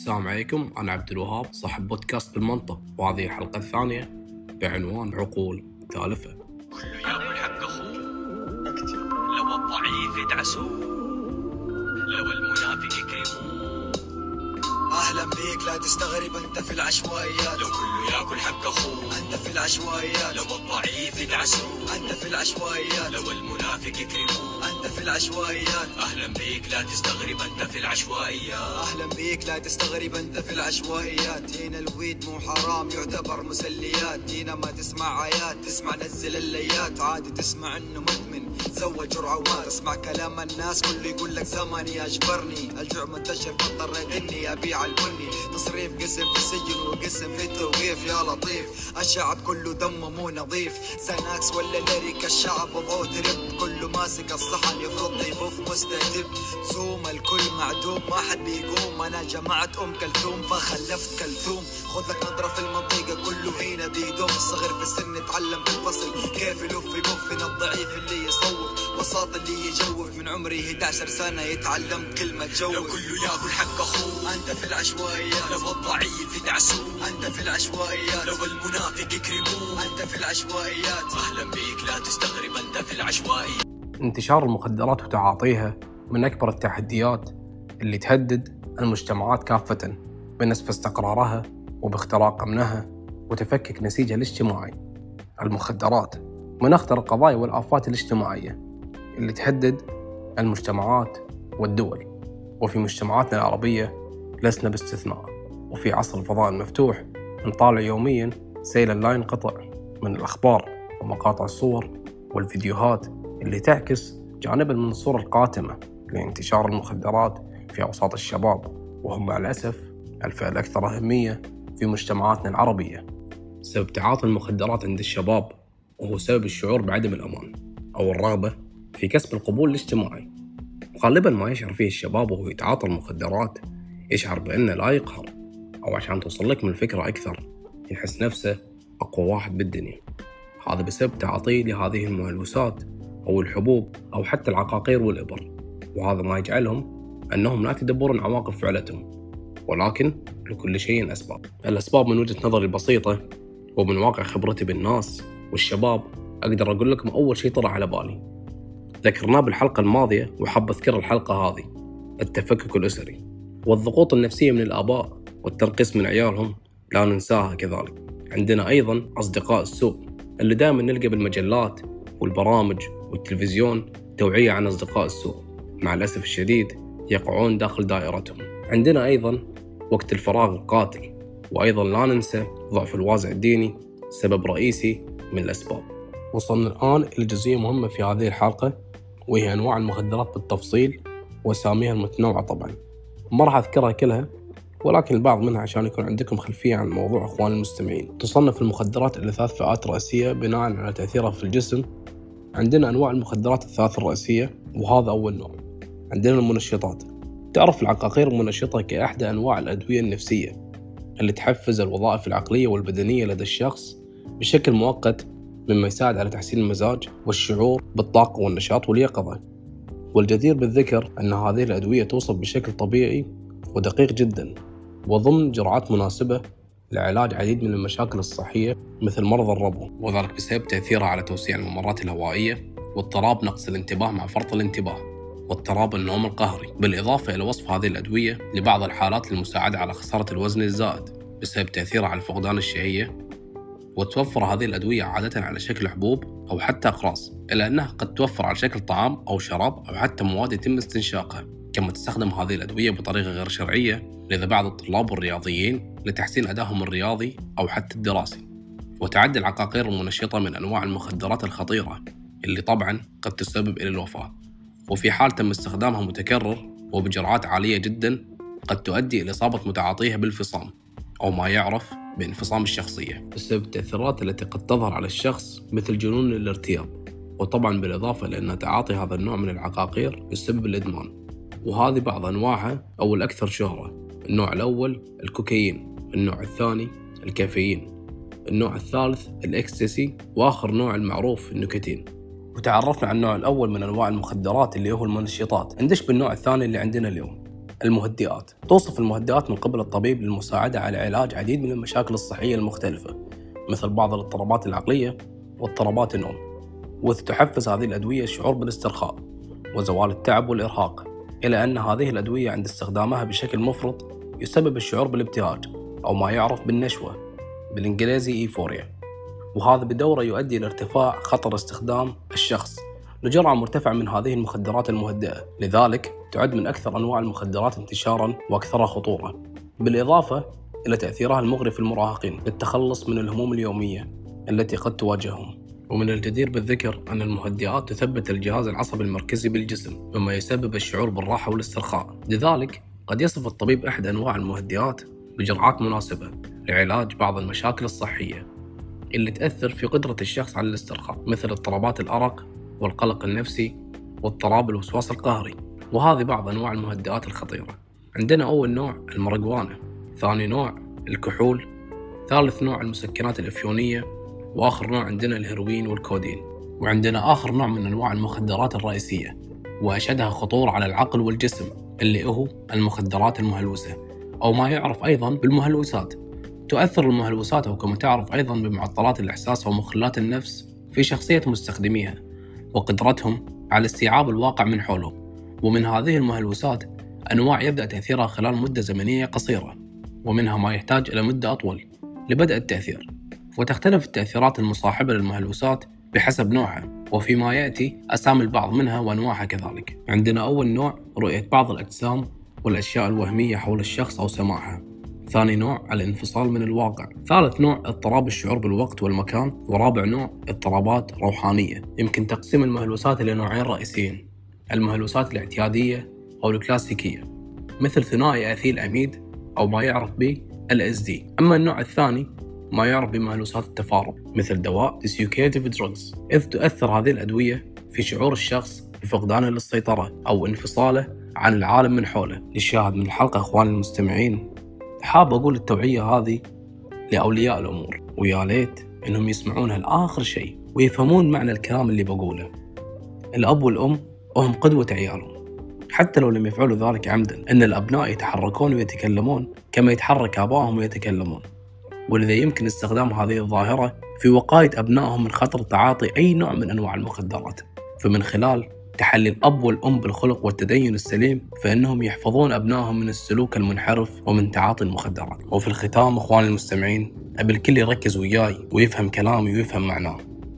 السلام عليكم، أنا عبد الوهاب صاحب بودكاست بالمنطق، وهذه الحلقة الثانية بعنوان عقول تالفة. كله ياكل حق أخوه، لو الضعيف يدعسوه، لو المنافق يكرموه. أهلا بيك لا تستغرب أنت في العشوائيات، لو كله ياكل حق أخوه أنت في العشوائيات، لو الضعيف يدعسوه، أنت في العشوائيات، لو المنافق يكرموه. أنت في العشوائيات. أهلا بيك لا تستغرب أنت في العشوائيات. أهلا بيك لا تستغرب أنت في العشوائيات. هنا الويد مو حرام يعتبر مسليات، هنا ما تسمع آيات تسمع نزل الليات، عادي تسمع إنه مدمن سوى جرعة وما تسمع كلام الناس كله يقول لك زماني أجبرني، الجوع منتشر فاضطريت إني أبيع البني، تصريف قسم في السجن وقسم في التوقيف يا لطيف، الشعب كله دمه مو نظيف، ساناكس ولا ليريك الشعب وضعه ترب، كله ماسك الصحن يفرض يبوف مستهدب، زوم الكل معدوم ما حد بيقوم، أنا جمعت كلثوم فخلفت كلثوم، خذ لك نظرة في المنطقة كله هنا بيدوف، صغر في السن تعلم في الفصل كيف يلف يبف، هنا الضعيف اللي يصوف وساط اللي يجوف، من عمري 11 سنة يتعلم كلمة جوف. لو كله ياكل حق أخوه أنت في العشوائيات، لو الضعيف يدعسوه، أنت في العشوائيات، لو المنافق يكرموه. أنت في العشوائيات. أهلا بيك لا تستغرب أنت في العشوائيات. انتشار المخدرات وتعاطيها من أكبر التحديات اللي تهدد المجتمعات كافة بنسف استقرارها وباختراق أمنها وتفكك نسيجها الاجتماعي. المخدرات من أخطر القضايا والآفات الاجتماعية اللي تهدد المجتمعات والدول، وفي مجتمعاتنا العربية لسنا باستثناء، وفي عصر الفضاء المفتوح نطالع يوميا سيلا لا ينقطع من الأخبار ومقاطع الصور والفيديوهات اللي تعكس جانبا من الصورة القاتمة لانتشار المخدرات في أوساط الشباب، وهم مع الأسف الفئة الأكثر أهمية في مجتمعاتنا العربية. سبب تعاطي المخدرات عند الشباب وهو سبب الشعور بعدم الأمان أو الرغبة في كسب القبول الاجتماعي. غالبا ما يشعر فيه الشباب وهو يتعاطى المخدرات يشعر بأنه لا يقهر، أو عشان توصل لك من الفكرة أكثر يحس نفسه أقوى واحد بالدنيا. هذا بسبب تعاطيه لهذه المهلوسات أو الحبوب أو حتى العقاقير والإبر، وهذا ما يجعلهم أنهم لا يتدبرون عواقب فعلتهم، ولكن لكل شيء أسباب. الأسباب من وجهة نظري البسيطة ومن واقع خبرتي بالناس والشباب أقدر أقول لكم أول شيء طلع على بالي ذكرناه بالحلقة الماضية وحاب أذكر الحلقة هذه: التفكك الأسري والضغوط النفسية من الآباء والتنقيص من عيالهم لا ننساها كذلك. عندنا أيضا أصدقاء السوء اللي دائما نلقى بالمجلات والبرامج والتلفزيون توعية عن أصدقاء السوء، مع الأسف الشديد يقعون داخل دائرتهم. عندنا أيضا وقت الفراغ القاتل، وأيضا لا ننسى ضعف الوازع الديني، سبب رئيسي من الأسباب. وصلنا الآن إلى جزئية مهمة في هذه الحلقة، وهي أنواع المخدرات بالتفصيل وأساميها المتنوعة. طبعا ما راح أذكرها كلها، ولكن البعض منها عشان يكون عندكم خلفية عن الموضوع أخوان المستمعين. تصنف المخدرات إلى 3 فئات رئيسية بناء على تأثيرها في الجسم. عندنا أنواع المخدرات ال3 الرئيسية، وهذا أول نوع. عندنا المنشطات. تعرف العقاقير المنشطة كأحدى أنواع الأدوية النفسية اللي تحفز الوظائف العقلية والبدنية لدى الشخص بشكل مؤقت، مما يساعد على تحسين المزاج والشعور بالطاقة والنشاط واليقظة. والجدير بالذكر أن هذه الأدوية توصف بشكل طبيعي ودقيق جدا وضمن جرعات مناسبة لعلاج عديد من المشاكل الصحية مثل مرض الربو، وذلك بسبب تأثيرها على توسيع الممرات الهوائية واضطراب نقص الانتباه مع فرط الانتباه واضطراب النوم القهري، بالإضافة إلى وصف هذه الأدوية لبعض الحالات للمساعدة على خسارة الوزن الزائد بسبب تأثيرها على فقدان الشهية. وتوفر هذه الأدوية عادة على شكل حبوب أو حتى أقراص، إلا أنها قد توفر على شكل طعام أو شراب أو حتى مواد يتم استنشاقها. كما تستخدم هذه الأدوية بطريقة غير شرعية لدى بعض الطلاب والرياضيين لتحسين أدائهم الرياضي أو حتى الدراسي. وتعد العقاقير المنشطة من أنواع المخدرات الخطيرة اللي طبعا قد تسبب إلى الوفاة، وفي حال تم استخدامها متكرر وبجرعات عالية جدا قد تؤدي إلى إصابة متعاطيها بالفصام أو ما يعرف بانفصام الشخصية، بسبب التأثيرات التي قد تظهر على الشخص مثل جنون الارتياب. وطبعا بالإضافة لأن تعاطي هذا النوع من العقاقير يسبب الإدمان، وهذه بعض أنواعها أو الأكثر شهرة. النوع الأول الكوكايين، النوع الثاني الكافيين، النوع الثالث الإكستسي، وآخر نوع المعروف النيكوتين. وتعرفنا عن النوع الأول من أنواع المخدرات اللي هو المنشطات. ندش بالنوع الثاني اللي عندنا اليوم المهدئات. توصف المهدئات من قبل الطبيب للمساعدة على علاج عديد من المشاكل الصحية المختلفة مثل بعض الاضطرابات العقلية واضطرابات النوم، وإذ تحفز هذه الأدوية الشعور بالاسترخاء وزوال التعب والإرهاق، إلى أن هذه الأدوية عند استخدامها بشكل مفرط يسبب الشعور بالابتهاج أو ما يعرف بالنشوة بالإنجليزي إيفوريا، وهذا بدوره يؤدي إلى ارتفاع خطر استخدام الشخص لجرعة مرتفعة من هذه المخدرات المهدئة. لذلك تعد من أكثر أنواع المخدرات انتشاراً وأكثرها خطورة، بالإضافة إلى تأثيرها المغري في المراهقين للتخلص من الهموم اليومية التي قد تواجههم. ومن الجدير بالذكر أن المهدئات تثبت الجهاز العصبي المركزي بالجسم، مما يسبب الشعور بالراحة والاسترخاء. لذلك قد يصف الطبيب أحد أنواع المهدئات بجرعات مناسبة لعلاج بعض المشاكل الصحية اللي تأثر في قدرة الشخص على الاسترخاء، مثل اضطرابات الأرق والقلق النفسي واضطراب الوسواس القهري. وهذه بعض أنواع المهدئات الخطيرة. عندنا أول نوع الماريجوانا، ثاني نوع الكحول، ثالث نوع المسكنات الإفيونية، وآخر نوع عندنا الهيروين والكودين. وعندنا آخر نوع من أنواع المخدرات الرئيسية وأشدها خطورة على العقل والجسم اللي هو المخدرات المهلوسة، أو ما يعرف أيضا بالمهلوسات. تؤثر المهلوسات أو كما تعرف أيضا بمعطلات الإحساس ومخلات النفس في شخصية مستخدميها وقدرتهم على استيعاب الواقع من حولهم. ومن هذه المهلوسات أنواع يبدأ تأثيرها خلال مدة زمنية قصيرة، ومنها ما يحتاج إلى مدة أطول لبدء التأثير. وتختلف التأثيرات المصاحبة للمهلوسات بحسب نوعها، وفيما يأتي أسامي البعض منها وأنواعها كذلك. عندنا أول نوع رؤية بعض الأجسام والأشياء الوهمية حول الشخص أو سماعها. ثاني نوع الانفصال من الواقع. ثالث نوع اضطراب الشعور بالوقت والمكان. ورابع نوع اضطرابات روحانية. يمكن تقسيم المهلوسات إلى نوعين رئيسيين: المهلوسات الاعتيادية أو الكلاسيكية مثل ثنائي أثيل أميد أو ما يعرف به LSD. أما النوع الثاني ما يعرف بمهلوسات التفارق مثل دواء dissociative drugs، إذ تؤثر هذه الأدوية في شعور الشخص بفقدانه للسيطرة أو انفصاله عن العالم من حوله. للشاهد من الحلقة أخواني المستمعين، حاب أقول التوعية هذه لأولياء الأمور، ويا ليت إنهم يسمعونها لآخر شيء ويفهمون معنى الكلام اللي بقوله. الأب والأم هم قدوة عيالهم حتى لو لم يفعلوا ذلك عمدا. إن الأبناء يتحركون ويتكلمون كما يتحرك آبائهم ويتكلمون، ولذا يمكن استخدام هذه الظاهرة في وقاية أبنائهم من خطر تعاطي أي نوع من أنواع المخدرات. فمن خلال تحلي الأب والأم بالخلق والتدين السليم فإنهم يحفظون أبنائهم من السلوك المنحرف ومن تعاطي المخدرات. وفي الختام أخواني المستمعين، أبي الكل يركز وياي ويفهم كلامي ويفهم معناه.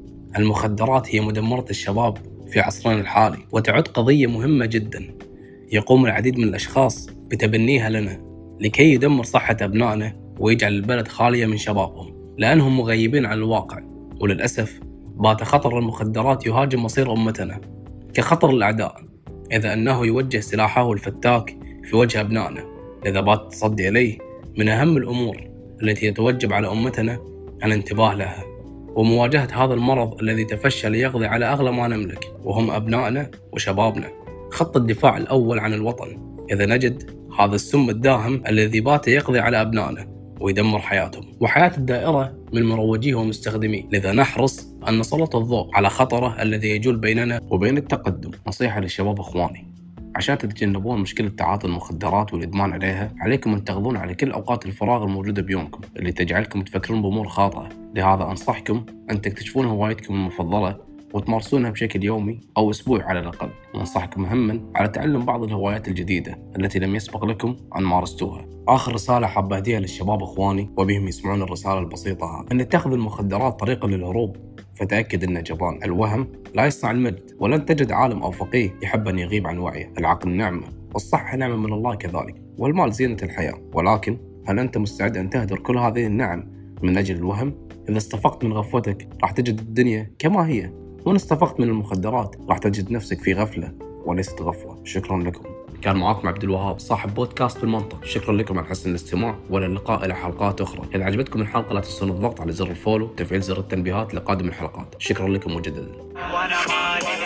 المخدرات هي مدمرة الشباب في عصرنا الحالي، وتعد قضية مهمة جدا يقوم العديد من الأشخاص بتبنيها لنا لكي يدمر صحة أبنائنا ويجعل البلد خالية من شبابهم، لأنهم مغيبين عن الواقع. وللأسف بات خطر المخدرات يهاجم مصير أمتنا كخطر الأعداء، إذا أنه يوجه سلاحه الفتاك في وجه أبنائنا. إذا بات التصدي إليه من أهم الأمور التي يتوجب على أمتنا الانتباه لها ومواجهة هذا المرض الذي تفشى ليقضي على أغلى ما نملك، وهم أبنائنا وشبابنا. خط الدفاع الأول عن الوطن إذا نجد هذا السم الداهم الذي بات يقضي على أبنائنا ويدمر حياتهم وحياة الدائرة من مروجيه ومستخدميه. لذا نحرص أن نسلط الضوء على خطره الذي يجول بيننا وبين التقدم. نصيحة للشباب إخواني، عشان تتجنبون مشكلة تعاطي المخدرات والإدمان عليها، عليكم أن تغضون على كل أوقات الفراغ الموجودة بيومكم اللي تجعلكم تفكرون بأمور خاطئة. لهذا أنصحكم أن تكتشفون هوايتكم المفضلة وتمارسونها بشكل يومي أو أسبوعي على الأقل. وأنصحكم مهما على تعلم بعض الهوايات الجديدة التي لم يسبق لكم أن مارستوها. آخر رسالة حاب أهديها للشباب إخواني وبهم يسمعون الرسالة البسيطة هذه: أن اتخذ المخدرات طريقة للهروب، فتأكد أن جبان الوهم لا يصنع المجد، ولن تجد عالم أو فقيه يحب أن يغيب عن وعيه. العقل نعمة والصحة نعمة من الله كذلك، والمال زينة الحياة. ولكن هل أنت مستعد أن تهدر كل هذه النعم من أجل الوهم؟ إذا استفقت من غفوتك راح تجد الدنيا كما هي، وإن استفقت من المخدرات راح تجد نفسك في غفلة وليست غفوة. شكرا لكم. كان معكم عبد الوهاب صاحب بودكاست بالمنطق. شكرا لكم على حسن الاستماع، والى اللقاء الى حلقات اخرى. اذا عجبتكم الحلقه لا تنسون الضغط على زر الفولو وتفعيل زر التنبيهات لقادم الحلقات. شكرا لكم مجددا. وانا ماشي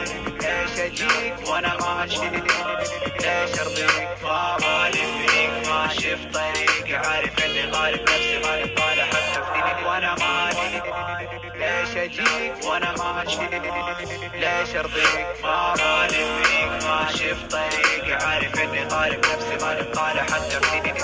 ليش اجيك وانا ماشي ليش ارضيك مالي فيك ماشي في طريقي عارف اني غالب نفسي مالي طالع حتى فيك. وانا ماشي ليش اجيك وانا ماشي ليش ارضيك مالي فيك ماشي في طريقي عارف اني غالب نفسي ماني طالع حتى فيني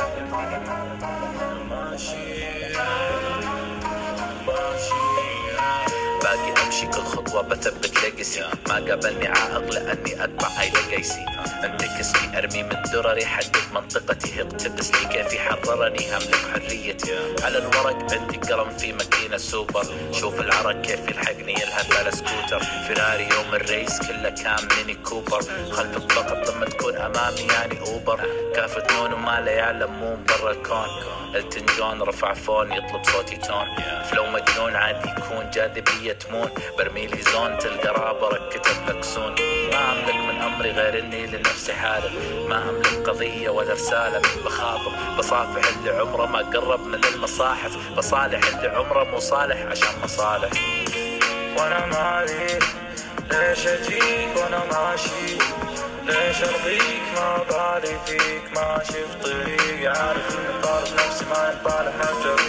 باقي امشي كل خطوه بثبت ليجسي ما قابلني عائق لاني اتبع اي لقيسي انتكس لي ارمي من درري حدد منطقتي اقتبس لي كيف يحررني هملك حريتي على الورق عندي قلم في ماكينه سوبر شوف العرق كيف يلحقني يلهث على سكوتر فيراري يوم الريس كله كان ميني كوبر خلفك فقط لما تكون امامي يعني اوبر كافة نون وما لا يعلم مو برا الكون التن جون رفع فون يطلب صوتي تون فلو مجنون عادي يكون جاذبية تمون برميلي زون تلقى رابر كتب لك سون ما املك من امري غير اني لنفسي حالم ما املك قضية ولا رسالة بخاطب بصافح اللي عمره ما قرب من المصاحف بصالح اللي عمره مو صالح عشان مصالح وانا مالي ليش اجيك وانا ماشي ليش ارضيك ما بالي فيك ماشي في طريقي عارف اني طالب نفسي ما ينطالع حتى